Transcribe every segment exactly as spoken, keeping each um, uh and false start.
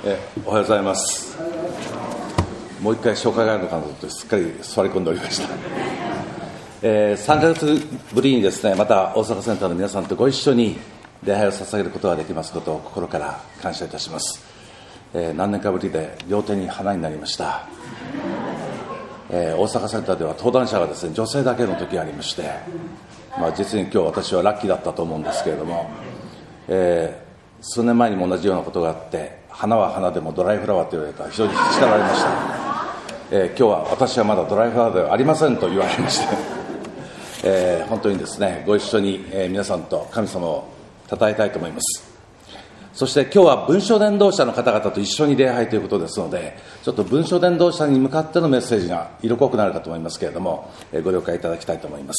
えおはようございます。もう一回紹介があるのかなと思ってすっかり座り込んでおりました。えー、さんかげつぶりにですね、また大阪センターの皆さんとご一緒に礼拝を捧げることができますことを心から感謝いたします。えー、何年かぶりで両手に花になりました。えー、大阪センターでは登壇者がですね、女性だけの時がありまして、まあ、実に今日私はラッキーだったと思うんですけれども、えー、数年前にも同じようなことがあって、花は花でもドライフラワーと言われたら非常に叱られました。えー、今日は私はまだドライフラワーではありませんと言われまして、えー、本当にですね、ご一緒に、えー、皆さんと神様を称えたいと思います。そして今日は文書伝道者の方々と一緒に礼拝ということですので、ちょっと文書伝道者に向かってのメッセージが色濃くなるかと思いますけれども、えー、ご了解いただきたいと思います。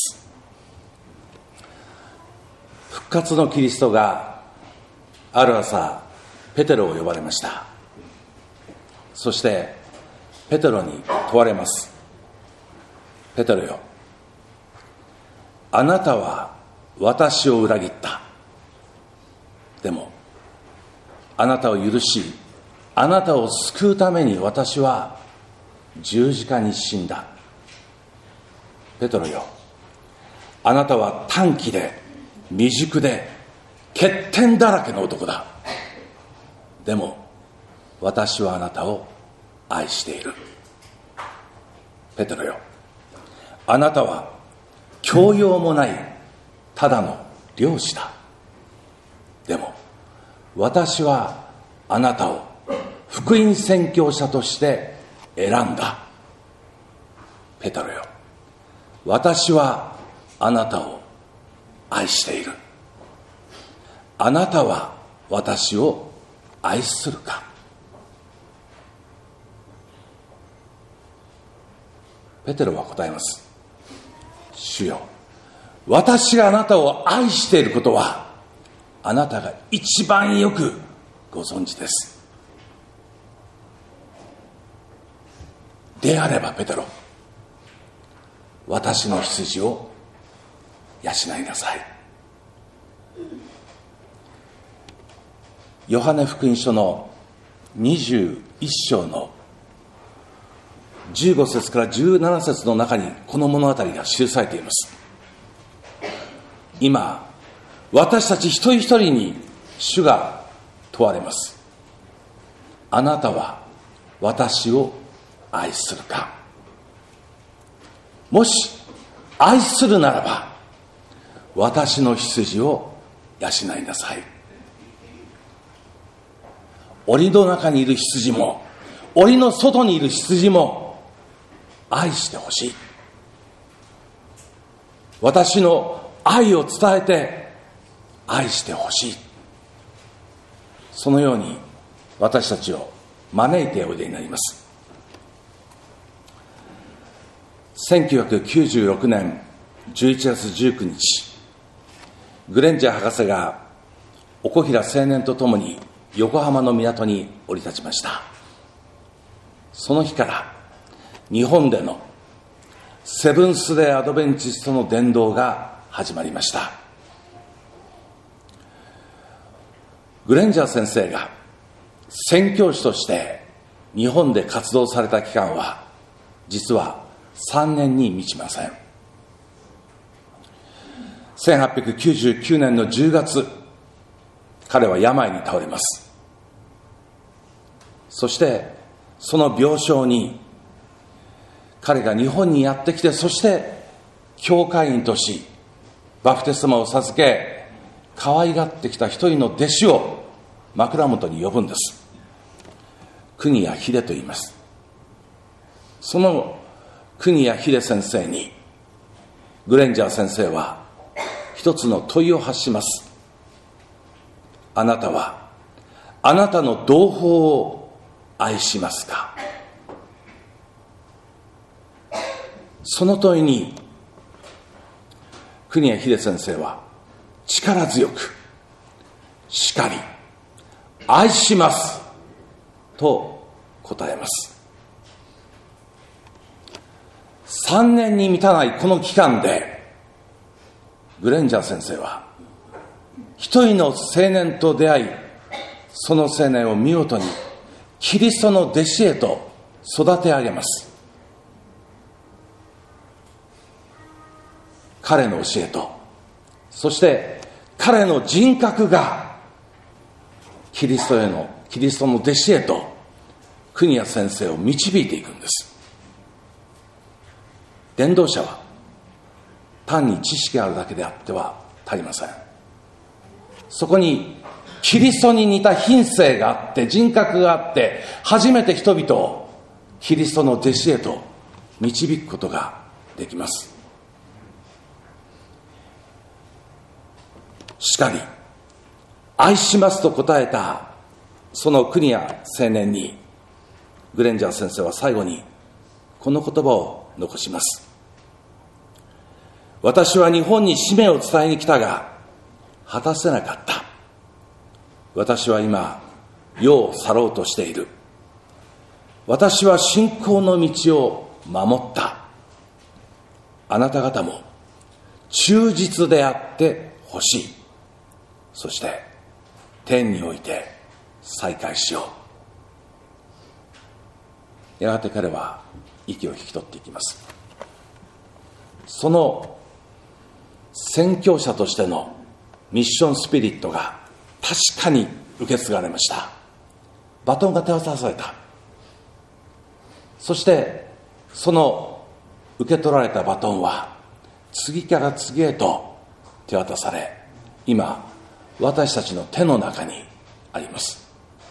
復活のキリストがある朝ペテロを呼ばれました。そしてペテロに問われます。ペテロよ、あなたは私を裏切った。でもあなたを許し、あなたを救うために私は十字架に死んだ。ペテロよ、あなたは短気で未熟で欠点だらけの男だ。でも私はあなたを愛している。ペテロよ、あなたは教養もないただの漁師だ。でも私はあなたを福音宣教者として選んだ。ペテロよ、私はあなたを愛している。あなたは私を愛するか。ペテロは答えます。主よ、私があなたを愛していることはあなたが一番よくご存知です。であればペテロ、私の羊を養いなさい。ヨハネ福音書のにじゅういっ章のじゅうご節からじゅうなな節の中にこの物語が記されています。今私たち一人一人に主が問われます。あなたは私を愛するか。もし愛するならば私の羊を養いなさい。檻の中にいる羊も檻の外にいる羊も愛してほしい。私の愛を伝えて愛してほしい。そのように私たちを招いておいでになります。せんきゅうひゃくきゅうじゅうろくねんじゅういちがつじゅうくにち、グレンジャー博士が岡平青年とともに横浜の港に降り立ちました。その日から日本でのセブンスデーアドベンチストの伝道が始まりました。グレンジャー先生が宣教師として日本で活動された期間は実はさんねんに満ちません。せんはっぴゃくきゅうじゅうきゅうねんのじゅうがつ、彼は病に倒れます。そしてその病床に彼が日本にやってきて、そして教会員としバプテスマを授け可愛がってきた一人の弟子を枕元に呼ぶんです。国谷秀と言います。その国谷秀先生にグレンジャー先生は一つの問いを発します。あなたはあなたの同胞を愛しますか。その問いに国谷秀先生は力強くしかり愛しますと答えます。さんねんに満たないこの期間でグレンジャー先生は一人の青年と出会い、その青年を見事にキリストの弟子へと育て上げます。彼の教えと、そして彼の人格がキリストへの、キリストの弟子へと国谷先生を導いていくんです。伝道者は単に知識があるだけであっては足りません。そこにキリストに似た品性があって人格があって、初めて人々をキリストの弟子へと導くことができます。しかり愛しますと答えたその国谷青年にグレンジャー先生は最後にこの言葉を残します。私は日本に使命を伝えに来たが果たせなかった。私は今世を去ろうとしている。私は信仰の道を守った。あなた方も忠実であってほしい。そして天において再会しよう。やがて彼は息を引き取っていきます。その宣教者としてのミッションスピリットが確かに受け継がれました。バトンが手渡された。そしてその受け取られたバトンは次から次へと手渡され、今私たちの手の中にあります。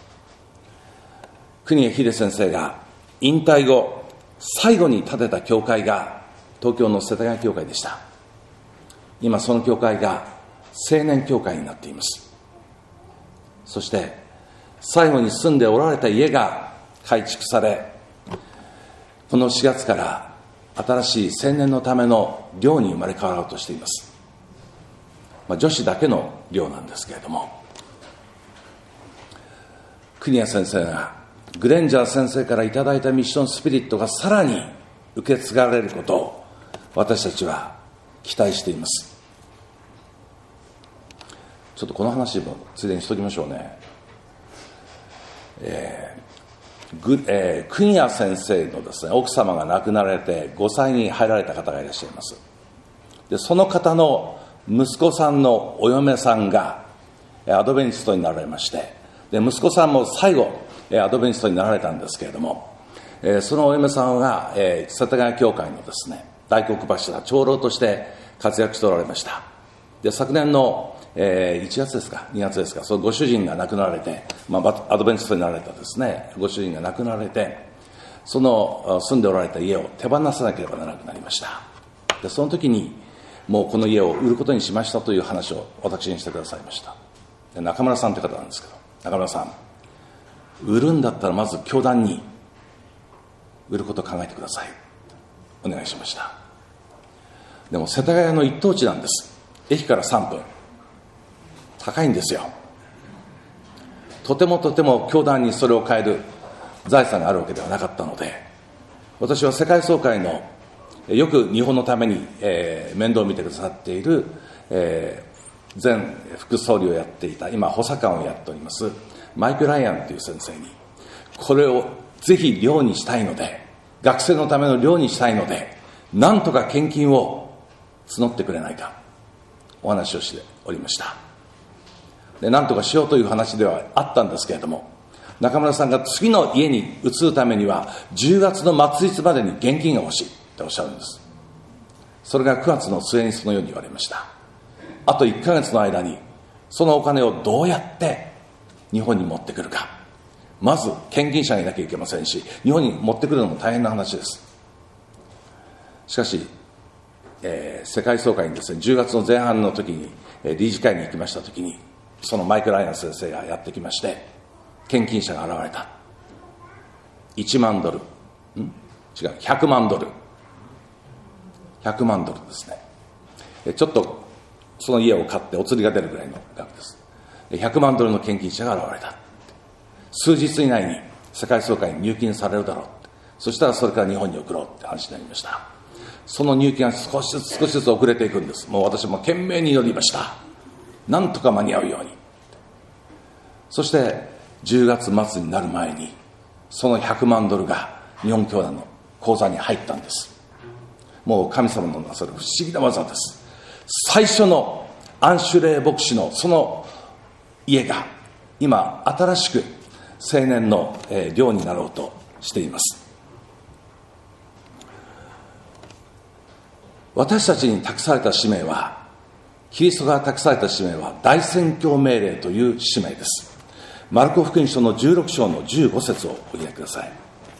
国谷秀先生が引退後最後に建てた教会が東京の世田谷教会でした。今その教会が青年教会になっています。そして最後に住んでおられた家が改築され、このしがつから新しい青年のための寮に生まれ変わろうとしています。まあ、女子だけの寮なんですけれども、国谷先生がグレンジャー先生からいただいたミッションスピリットがさらに受け継がれることを私たちは期待しています。ちょっとこの話もついでにしときましょうね。えーぐえー、国谷先生のですね、奥様が亡くなられてごさいに入られた方がいらっしゃいます。でその方の息子さんのお嫁さんがアドベンチストになられまして、で息子さんも最後アドベンチストになられたんですけれども、えー、そのお嫁さんが、えー、世田谷教会のですね大黒柱長老として活躍しておられました。で昨年の、えー、いちがつですかにがつですか、そのご主人が亡くなられて、まあ、アドベンチストになられたですねご主人が亡くなられて、その住んでおられた家を手放さなければならなくなりました。でその時にもうこの家を売ることにしましたという話を私にしてくださいました。で中村さんという方なんですけど、中村さん、売るんだったらまず教団に売ることを考えてください、お願いしました。でも世田谷の一等地なんです。駅からさんぷん、高いんですよ。とてもとても教団にそれを買える財産があるわけではなかったので、私は世界総会のよく日本のために、えー、面倒を見てくださっている、えー、前副総理をやっていた、今補佐官をやっておりますマイク・ライアンという先生に、これをぜひ寮にしたいので、学生のための寮にしたいので、なんとか献金を募ってくれないかお話をしておりました。でなんとかしようという話ではあったんですけれども、中村さんが次の家に移るためにはじゅうがつの末日までに現金が欲しいっておっしゃるんです。それがくがつの末にそのように言われました。あといっかげつの間にそのお金をどうやって日本に持ってくるか、まず献金者がいなきゃいけませんし、日本に持ってくるのも大変な話です。しかし、えー、世界総会にですねじゅうがつの前半の時に、えー、理事会に行きました時に、そのマイク・ライアン先生がやってきまして、献金者が現れた。いちまんドル、ん違うひゃくまんドル、ひゃくまんドルですね。ちょっとその家を買ってお釣りが出るぐらいの額です。ひゃくまんドルの献金者が現れた。数日以内に世界総会に入金されるだろう。そしたらそれから日本に送ろうって話になりました。その入金が少しずつ少しずつ遅れていくんです。もう私も懸命に祈りました。なんとか間に合うように。そしてじゅうがつ末になる前にそのひゃくまんドルが日本教団の口座に入ったんです。もう神様のなさる不思議な技です。最初のアンシュレイ牧師のその家が今新しく青年の寮になろうとしています。私たちに託された使命は、キリストが託された使命は大宣教命令という使命です。マルコ福音書のじゅうろく章のじゅうご節をお開きください。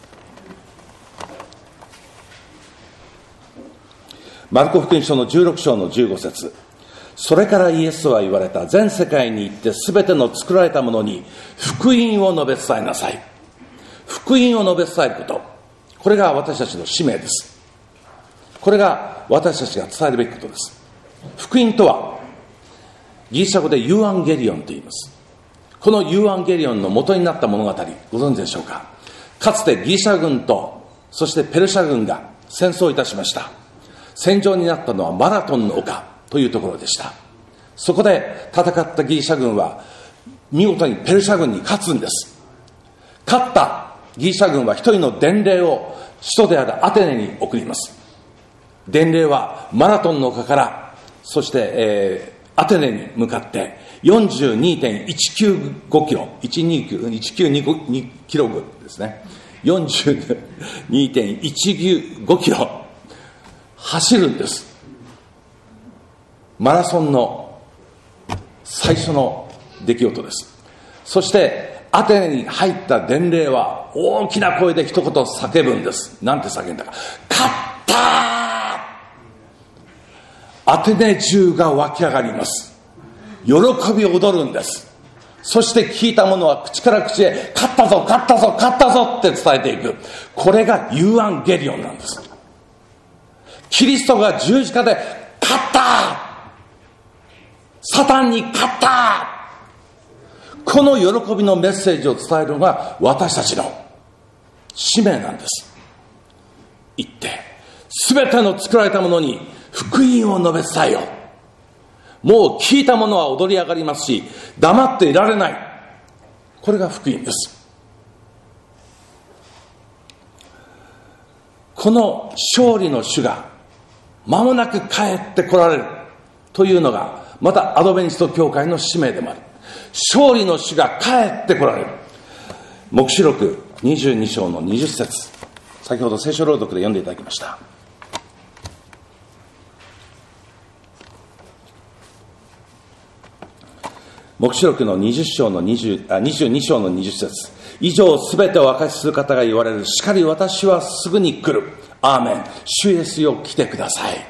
マルコ福音書のじゅうろく章のじゅうご節。それからイエスは言われた。全世界に行ってすべての作られたものに福音を述べ伝えなさい。福音を述べ伝えること、これが私たちの使命です。これが私たちが伝えるべきことです。福音とはギリシャ語でユーアンゲリオンと言います。このユーアンゲリオンの元になった物語、ご存知でしょうか。かつてギリシャ軍とそしてペルシャ軍が戦争いたしました。戦場になったのはマラトンの丘というところでした。そこで戦ったギリシャ軍は見事にペルシャ軍に勝つんです。勝ったギリシャ軍は一人の伝令を首都であるアテネに送ります。伝令はマラトンの丘からそして、えー、アテネに向かって よんじゅうにてんいちきゅうごキロ いちにきゅうにキロですね。よんじゅうにてんいちきゅうごキロ走るんです。マラソンの最初の出来事です。そしてアテネに入った伝令は大きな声で一言叫ぶんです。なんて叫んだか。勝ったー！アテネ中が湧き上がります。喜び踊るんです。そして聞いた者は口から口へ、勝ったぞ勝ったぞ勝ったぞって伝えていく。これがユーアンゲリオンなんです。キリストが十字架で勝った、サタンに勝った、この喜びのメッセージを伝えるのが私たちの使命なんです。言って全ての作られたものに福音を述べ伝えよ。もう聞いた者は踊り上がりますし、黙っていられない。これが福音です。この勝利の主が間もなく帰って来られるというのがまたアドベンチスト教会の使命でもある。勝利の主が帰って来られる。黙示録にじゅうに章のにじゅっ節、先ほど聖書朗読で読んでいただきました。黙示録のにじゅう章の20あにじゅうに章のにじゅっ節。以上すべてを明かしする方が言われる。しかり私はすぐに来る。アーメン。主イエスよ来てください。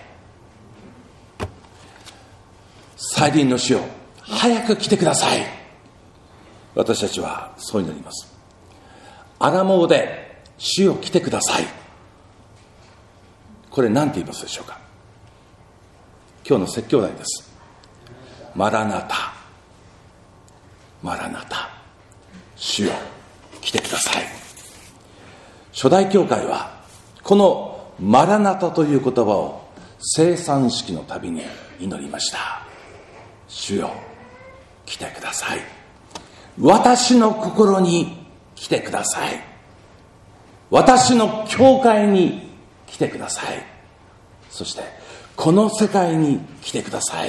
再臨の主よ早く来てください。私たちはそう祈ります。アラモーで主よ来てください。これ何て言いますでしょうか。今日の説教題です。マラナタ、マラナタ、主よ来てください。初代教会はこのマラナタという言葉を聖餐式のたびに祈りました。主よ来てください。私の心に来てください。私の教会に来てください。そしてこの世界に来てください。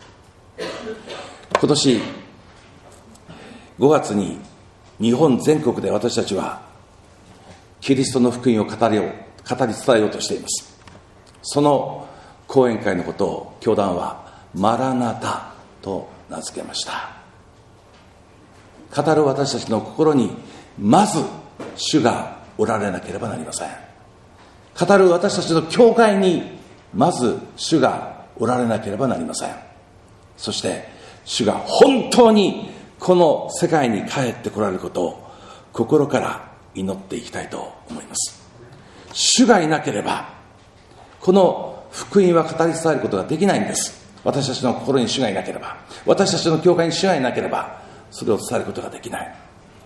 今年ごがつに日本全国で私たちはキリストの福音を語りを語り伝えようとしています。その講演会のことを教団はマラナタと名付けました。語る私たちの心にまず主がおられなければなりません。語る私たちの教会にまず主がおられなければなりません。そして主が本当にこの世界に帰ってこられることを心から祈っていきたいと思います。主がいなければこの福音は語り伝えることができないんです。私たちの心に主がいなければ、私たちの教会に主がいなければそれを伝えることができない。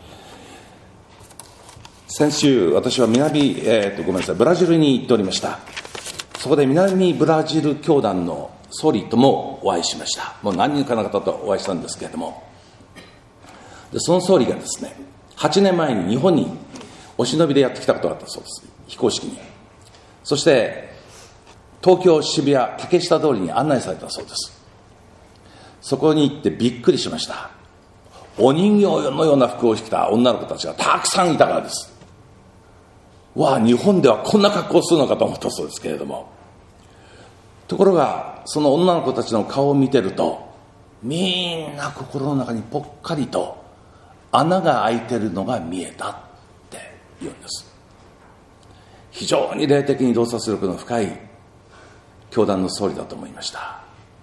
先週私は南、えー、とごめんなさいブラジルに行っておりました。そこで南ブラジル教団の総理ともお会いしました。もう何人かの方とお会いしたんですけれども、でその総理がですねはちねんまえに日本にお忍びでやってきたことがあったそうです、非公式に。そして東京渋谷竹下通りに案内されたそうです。そこに行ってびっくりしました。お人形のような服を着た女の子たちがたくさんいたからです。わあ、日本ではこんな格好をするのかと思ったそうですけれども、ところがその女の子たちの顔を見てると、みんな心の中にぽっかりと穴が開いてるのが見えたって言うんです。非常に霊的に洞察力の深い教団の総理だと思いました。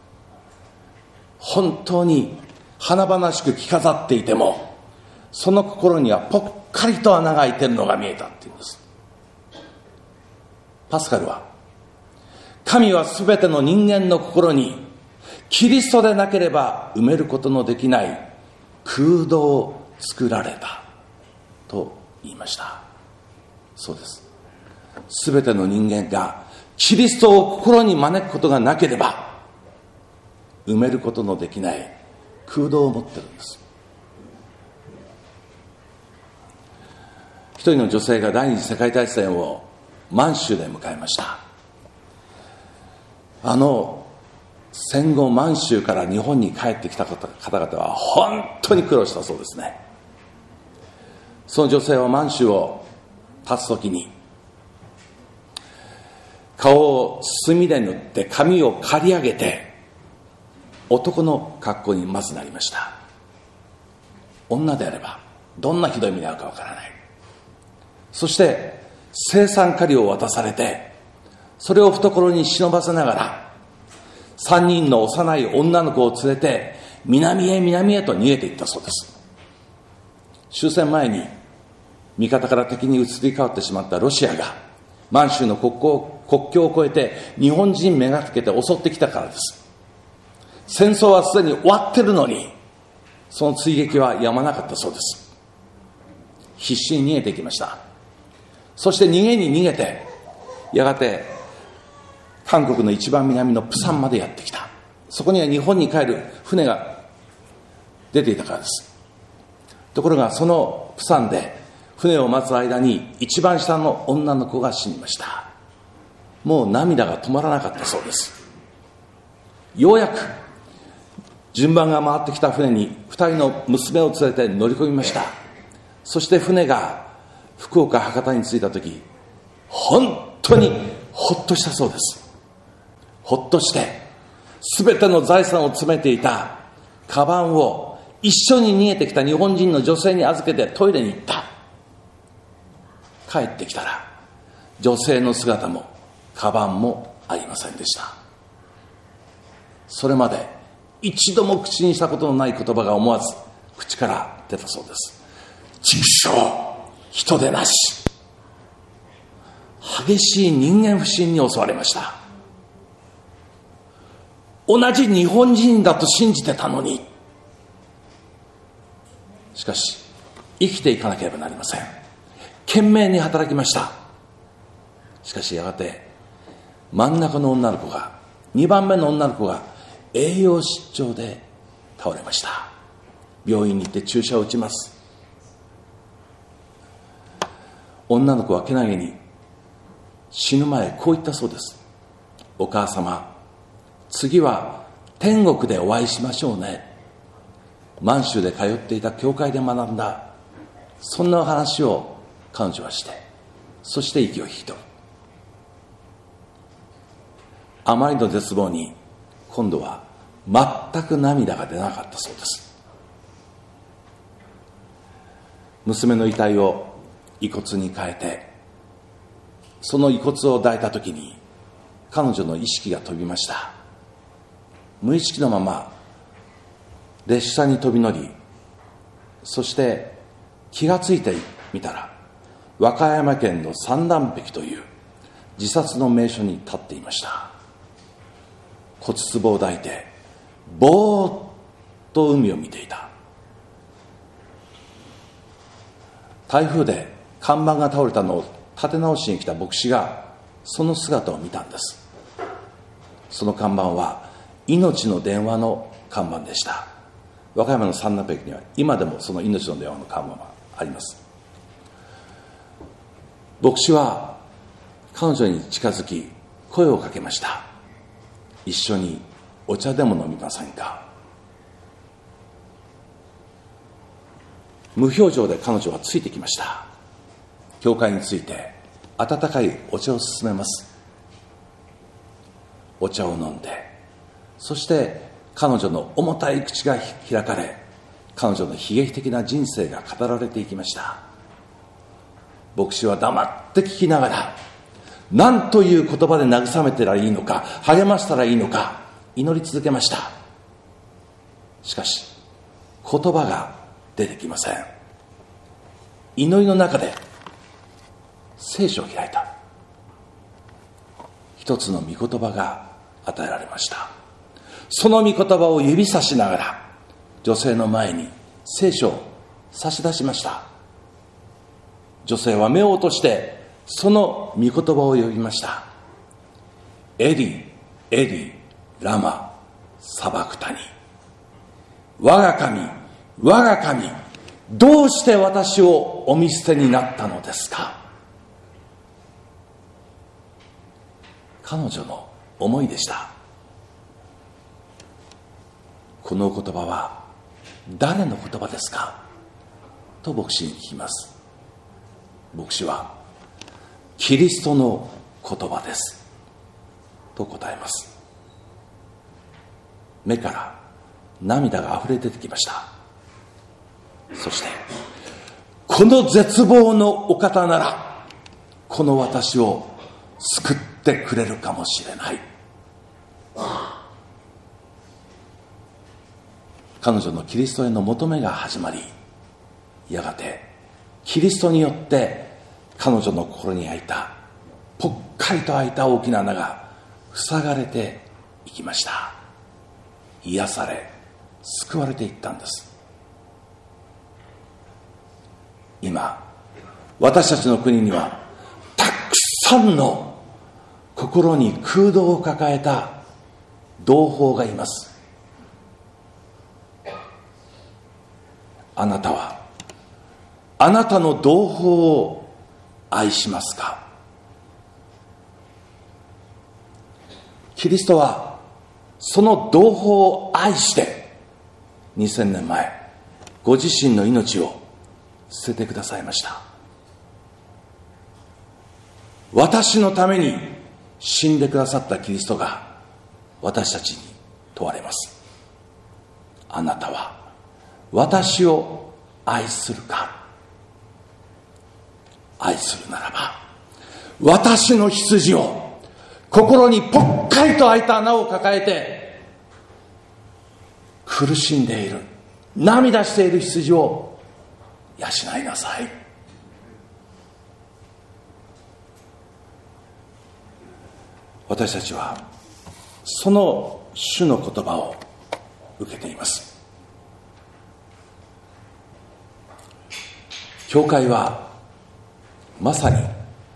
本当に華々しく着飾っていても、その心にはぽっかりと穴が開いてるのが見えたって言うんです。パスカルは、神はすべての人間の心にキリストでなければ埋めることのできない空洞を作られたと言いました。そうです。すべての人間がキリストを心に招くことがなければ埋めることのできない空洞を持ってるんです。一人の女性が第二次世界大戦を満州で迎えました。あの戦後満州から日本に帰ってきた方々は本当に苦労したそうですね。その女性は満州を立つときに、顔を墨で塗って髪を刈り上げて男の格好にまずなりました。女であればどんなひどい目に遭うかわからない。そして青酸カリを渡されて、それを懐に忍ばせながら三人の幼い女の子を連れて南へ南へと逃げていったそうです。終戦前に味方から敵に移り変わってしまったロシアが満州の国境、国境を越えて日本人めがけて襲ってきたからです。戦争はすでに終わってるのに、その追撃はやまなかったそうです。必死に逃げていきました。そして逃げに逃げて、やがて韓国の一番南のプサンまでやってきた。そこには日本に帰る船が出ていたからです。ところがそのプサンで船を待つ間に一番下の女の子が死にました。もう涙が止まらなかったそうです。ようやく順番が回ってきた船に二人の娘を連れて乗り込みました。そして船が福岡博多に着いたとき、本当にほっとしたそうです。ほっとしてすべての財産を詰めていたカバンを一緒に逃げてきた日本人の女性に預けてトイレに行った。帰ってきたら女性の姿もカバンもありませんでした。それまで一度も口にしたことのない言葉が思わず口から出たそうです。畜生、人でなし。激しい人間不信に襲われました。同じ日本人だと信じてたのに。しかし生きていかなければなりません。懸命に働きました。しかしやがて真ん中の女の子が、にばんめの女の子が栄養失調で倒れました。病院に行って注射を打ちます。女の子はけなげに死ぬ前こう言ったそうです。お母様、次は天国でお会いしましょうね。満州で通っていた教会で学んだ、そんな話を彼女はして、そして息を引き取る。あまりの絶望に今度は全く涙が出なかったそうです。娘の遺体を遺骨に変えて、その遺骨を抱いたときに彼女の意識が飛びました。無意識のまま列車に飛び乗り、そして気がついてみたら和歌山県の三段壁という自殺の名所に立っていました。骨壺を抱いてぼーっと海を見ていた。台風で看板が倒れたのを立て直しに来た牧師がその姿を見たんです。その看板は命の電話の看板でした。和歌山の三段壁には今でもその命の電話の看板はあります。 牧師は彼女に近づき声をかけました。一緒にお茶でも飲みませんか。無表情で彼女はついてきました。教会について温かいお茶を勧めます。お茶を飲んで、そして彼女の重たい口が開かれ、彼女の悲劇的な人生が語られていきました。牧師は黙って聞きながら、何という言葉で慰めたらいいのか、励ましたらいいのか、祈り続けました。しかし言葉が出てきません。祈りの中で聖書を開いた。一つの御言葉が与えられました。その御言葉を指さしながら女性の前に聖書を差し出しました。女性は目を落としてその御言葉を呼びました。エリエリラマサバクタニ、我が神我が神、どうして私をお見捨てになったのですか。彼女の思いでした。この言葉は誰の言葉ですかと牧師に聞きます。牧師はキリストの言葉ですと答えます。目から涙があふれ出てきました。そしてこの絶望のお方ならこの私を救ってくれるかもしれない。彼女のキリストへの求めが始まり、やがてキリストによって彼女の心に開いたぽっかりと開いた大きな穴が塞がれていきました。癒され救われていったんです。今私たちの国にはたくさんの心に空洞を抱えた同胞がいます。あなたはあなたの同胞を愛しますか。キリストはその同胞を愛してにせんねんまえご自身の命を捨ててくださいました。私のために死んでくださったキリストが私たちに問われます。あなたは私を愛するか。愛するならば私の羊を、心にぽっかりと開いた穴を抱えて苦しんでいる、涙している羊を養いなさい。私たちはその主の言葉を受けています。教会はまさに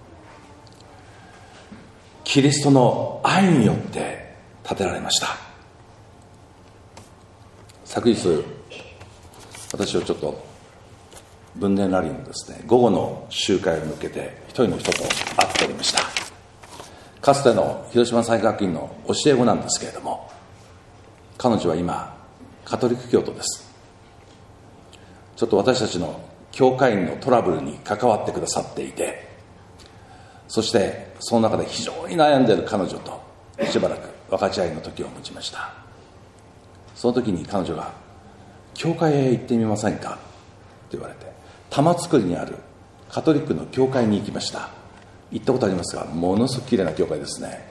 キリストの愛によって建てられました。昨日私はちょっと文伝ラリーのですね午後の集会を向けて一人の人と会っておりました。かつての広島大学院の教え子なんですけれども、彼女は今カトリック教徒です。ちょっと私たちの教会員のトラブルに関わってくださっていて、そしてその中で非常に悩んでいる彼女としばらく分かち合いの時を持ちました。その時に彼女が教会へ行ってみませんかと言われて、玉造にあるカトリックの教会に行きました。行ったことありますが、ものすごくきれいな教会ですね。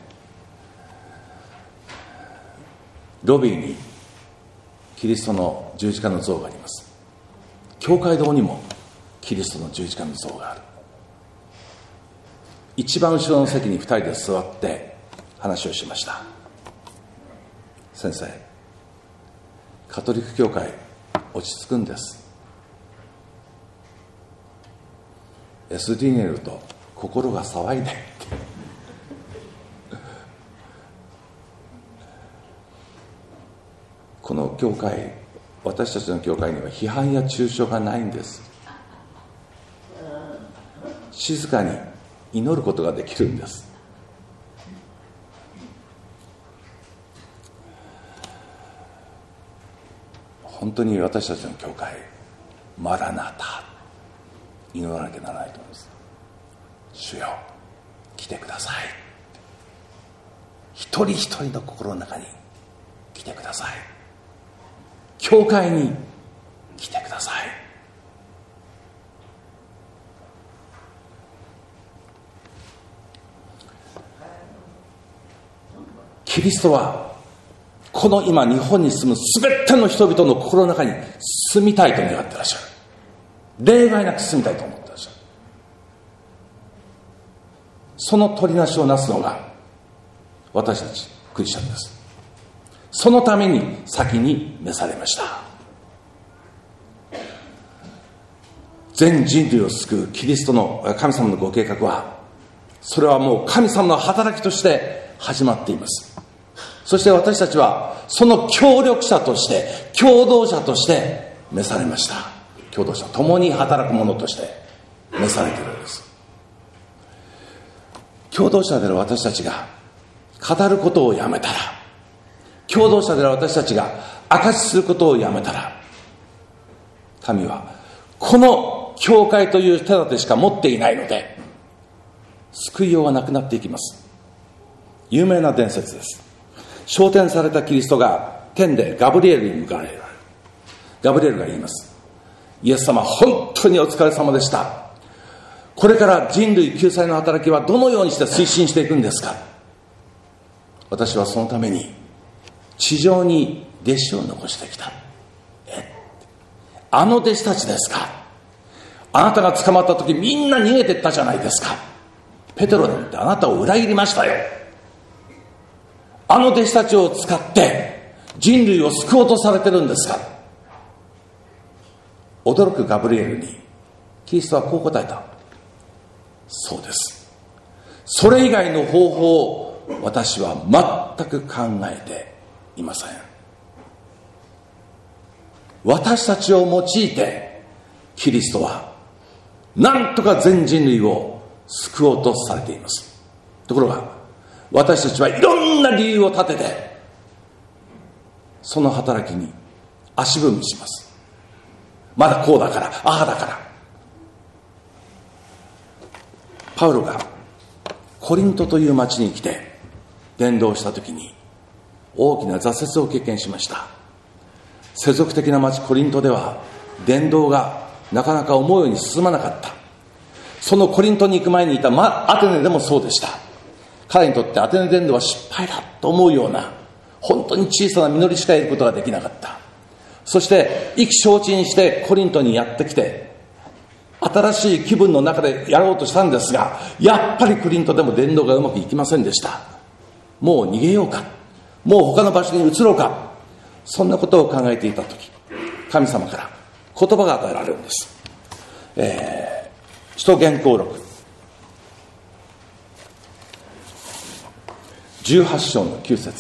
ロビーにキリストの十字架の像があります。教会堂にもキリストの十字架の像がある。一番後ろの席に二人で座って話をしました。先生、カトリック教会落ち着くんです。エスディー にいると心が騒いでこの教会、私たちの教会には批判や中傷がないんです。静かに祈ることができるんです。本当に私たちの教会、マラナタ、祈らなきゃならないと思います。主よ、来てください。一人一人の心の中に来てください。教会に来てください。キリストはこの今日本に住むすべての人々の心の中に住みたいと願っていらっしゃる。例外なく住みたいと思っていらっしゃる。その取りなしをなすのが私たちクリスチャンです。そのために先に召されました。全人類を救うキリストの神様のご計画は、それはもう神様の働きとして始まっています。そして私たちはその協力者として共同者として召されました。共同者、共に働く者として召されているんです。共同者である私たちが語ることをやめたら、共同者である私たちが証しすることをやめたら、神はこの教会という手立てしか持っていないので救いようがなくなっていきます。有名な伝説です。昇天されたキリストが天でガブリエルに向かわれる。ガブリエルが言います。イエス様、本当にお疲れ様でした。これから人類救済の働きはどのようにして推進していくんですか。私はそのために地上に弟子を残してきた。えあの弟子たちですか。あなたが捕まった時みんな逃げてったじゃないですか。ペテロなんてあなたを裏切りましたよ。あの弟子たちを使って人類を救おうとされてるんですか。驚くガブリエルにキリストはこう答えた。そうです。それ以外の方法を私は全く考えていません。私たちを用いてキリストは何とか全人類を救おうとされています。ところが私たちはいろんな理由を立ててその働きに足踏みします。まだこうだから、ああだから。パウロがコリントという町に来て伝道した時に大きな挫折を経験しました。世俗的な町コリントでは伝道がなかなか思うように進まなかった。そのコリントに行く前にいたアテネでもそうでした。彼にとってアテネ伝道は失敗だと思うような本当に小さな実りしか得ることができなかった。そして意気消沈してコリントにやってきて新しい気分の中でやろうとしたんですが、やっぱりコリントでも伝道がうまくいきませんでした。もう逃げようか、もう他の場所に移ろうか、そんなことを考えていた時、神様から言葉が与えられるんです。えー、使徒言行録じゅうはち章のきゅう節、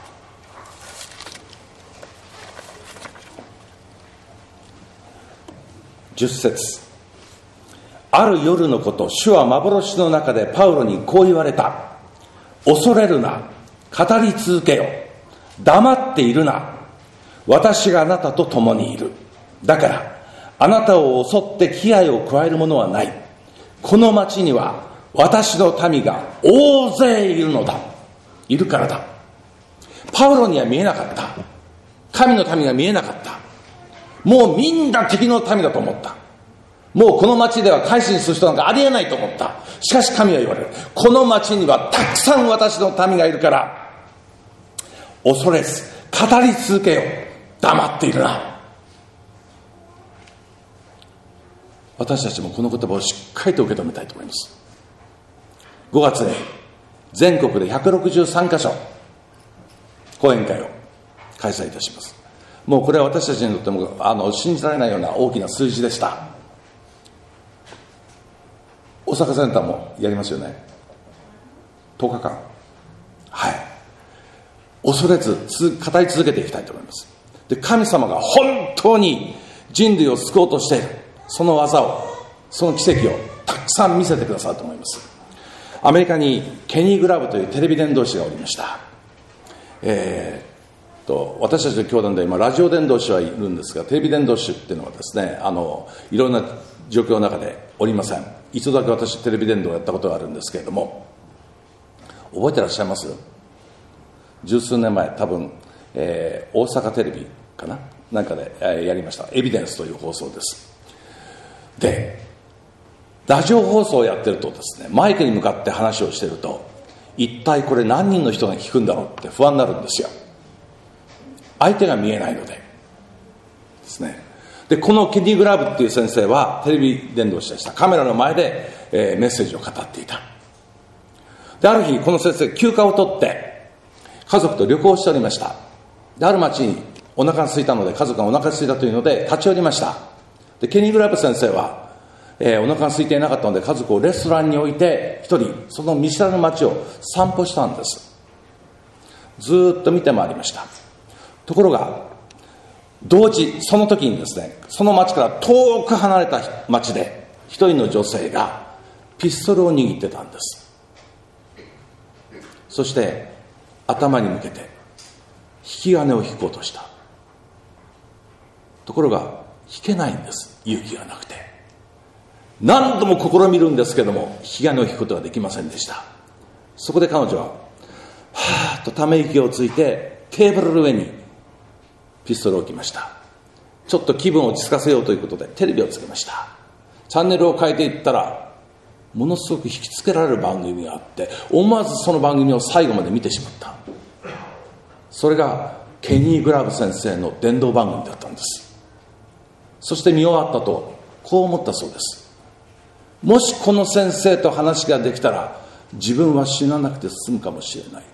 じゅっ節。ある夜のこと、主は幻の中でパウロにこう言われた。恐れるな、語り続けよ、黙っているな、私があなたと共にいる。だからあなたを襲って危害を加えるものはない。この町には私の民が大勢いるのだ。いるからだ。パウロには見えなかった。神の民が見えなかった。もうみんな敵の民だと思った。もうこの町では改心する人なんかありえないと思った。しかし神は言われる。この町にはたくさん私の民がいるから恐れず語り続けよ、黙っているな。私たちもこの言葉をしっかりと受け止めたいと思います。ごがつで全国でひゃくろくじゅうさんカ所講演会を開催いたします。もうこれは私たちにとってもあの信じられないような大きな数字でした。大阪センターもやりますよね。とおかかん、はい、恐れず語り続けていきたいと思います。で、神様が本当に人類を救おうとしているその技を、その奇跡をたくさん見せてくださると思います。 アメリカにケニー・グラブというテレビ伝道師がおりました。えー、と私たちの教団で今ラジオ伝道師はいるんですが、テレビ伝道師っていうのはですね、あのいろんな状況の中でおりません。一度だけ私テレビ伝道をやったことがあるんですけれども、覚えてらっしゃいます？十数年前、多分、えー、大阪テレビかななんかで、えー、やりましたエビデンスという放送です。でラジオ放送をやってるとですね、マイクに向かって話をしてると、一体これ何人の人が聞くんだろうって不安になるんですよ。相手が見えないのでですね。でこのケニー・グラブっていう先生はテレビ伝道師でした。カメラの前で、えー、メッセージを語っていた。である日この先生休暇を取って家族と旅行しておりました。である町にお腹が空いたので、家族がお腹が空いたというので立ち寄りました。でケニー・グラブ先生はえー、お腹が空いていなかったので家族をレストランに置いて一人その見知らぬ町を散歩したんです。ずーっと見て回りました。ところが同時その時にですね、その町から遠く離れた町で一人の女性がピストルを握ってたんです。そして頭に向けて引き金を引こうとした。ところが引けないんです。勇気がなくて。何度も試みるんですけども引き金を引くことができませんでした。そこで彼女ははーっとため息をついてテーブルの上にピストルを置きました。ちょっと気分を落ち着かせようということでテレビをつけました。チャンネルを変えていったらものすごく引きつけられる番組があって、思わずその番組を最後まで見てしまった。それがケニー・グラブ先生の伝道番組だったんです。そして見終わったとこう思ったそうです。もしこの先生と話ができたら自分は死ななくて済むかもしれない。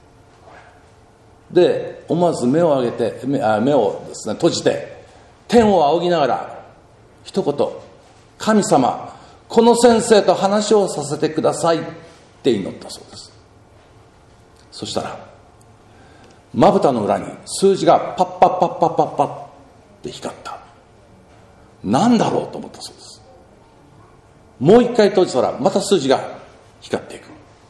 で思わず目を上げて 目, 目をですね閉じて天を仰ぎながら一言、神様この先生と話をさせてくださいって祈ったそうです。そしたらまぶたの裏に数字がパッパッパッパッパッパッって光った。何だろうと思ったそうです。もう一回閉じたらまた数字が光っていく。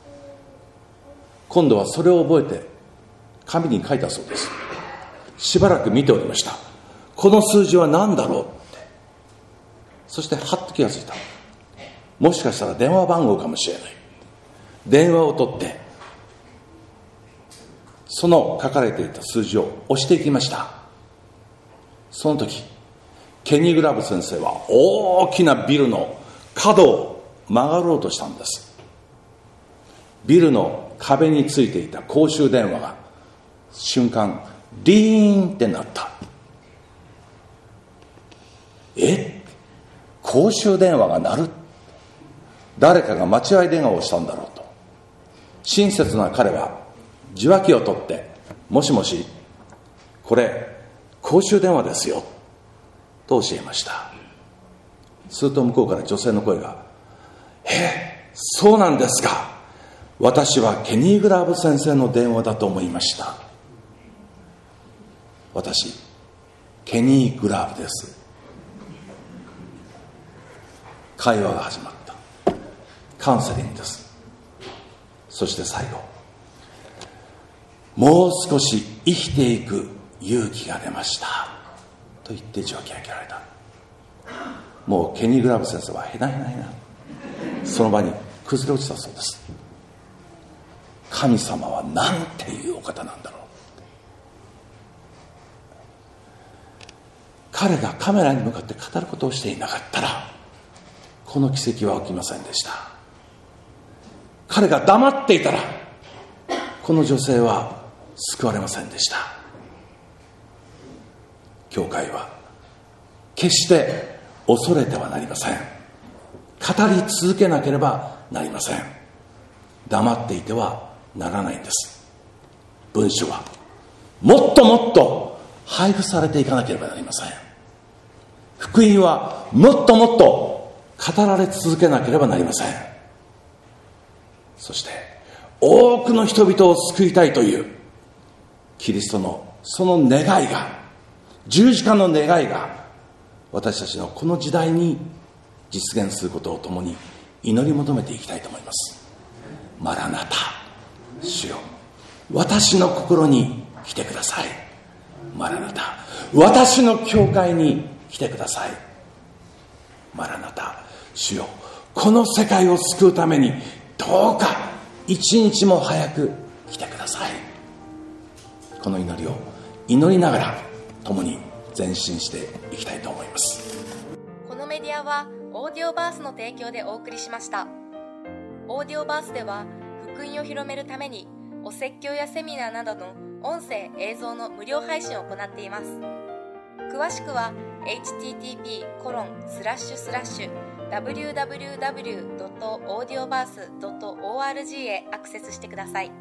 今度はそれを覚えて紙に書いたそうです。しばらく見ておりました。この数字は何だろうって。そしてはっと気がついた。もしかしたら電話番号かもしれない。電話を取ってその書かれていた数字を押していきました。その時ケニー・グラブ先生は大きなビルの角を曲がろうとしたんです。ビルの壁についていた公衆電話が瞬間リーンってなった。え、公衆電話が鳴る。誰かが間違い電話をしたんだろうと。親切な彼は受話器を取って、もしもしこれ公衆電話ですよと教えました。すると向こうから女性の声が、え、そうなんですか。私はケニー・グラブ先生の電話だと思いました。私ケニー・グラブです。会話が始まった。カウンセリングです。そして最後、もう少し生きていく勇気が出ましたと言って受話器が切られた。もうケニー・グラブ先生はへなへなへなその場に崩れ落ちたそうです。神様はなんていうお方なんだろう。彼がカメラに向かって語ることをしていなかったらこの奇跡は起きませんでした。彼が黙っていたらこの女性は救われませんでした。教会は決して恐れてはなりません。語り続けなければなりません。黙っていてはならないんです。文書はもっともっと配布されていかなければなりません。福音はもっともっと語られ続けなければなりません。そして多くの人々を救いたいというキリストのその願いが、十字架の願いが私たちのこの時代に実現することを共に祈り求めていきたいと思います。 マラナタ、主よ私の心に来てください。マラナタ、私の教会に来てください。マラナタ、主よこの世界を救うためにどうか一日も早く来てください。この祈りを祈りながら共に前進していきたいと思います。 このメディアはオーディオバースの提供でお送りしました。オーディオバースでは福音を広めるためにお説教やセミナーなどの音声映像の無料配信を行っています。詳しくは エイチティーティーピーコロンスラッシュスラッシュダブリューダブリューダブリュードットオーディオバースドットオーアールジー へアクセスしてください。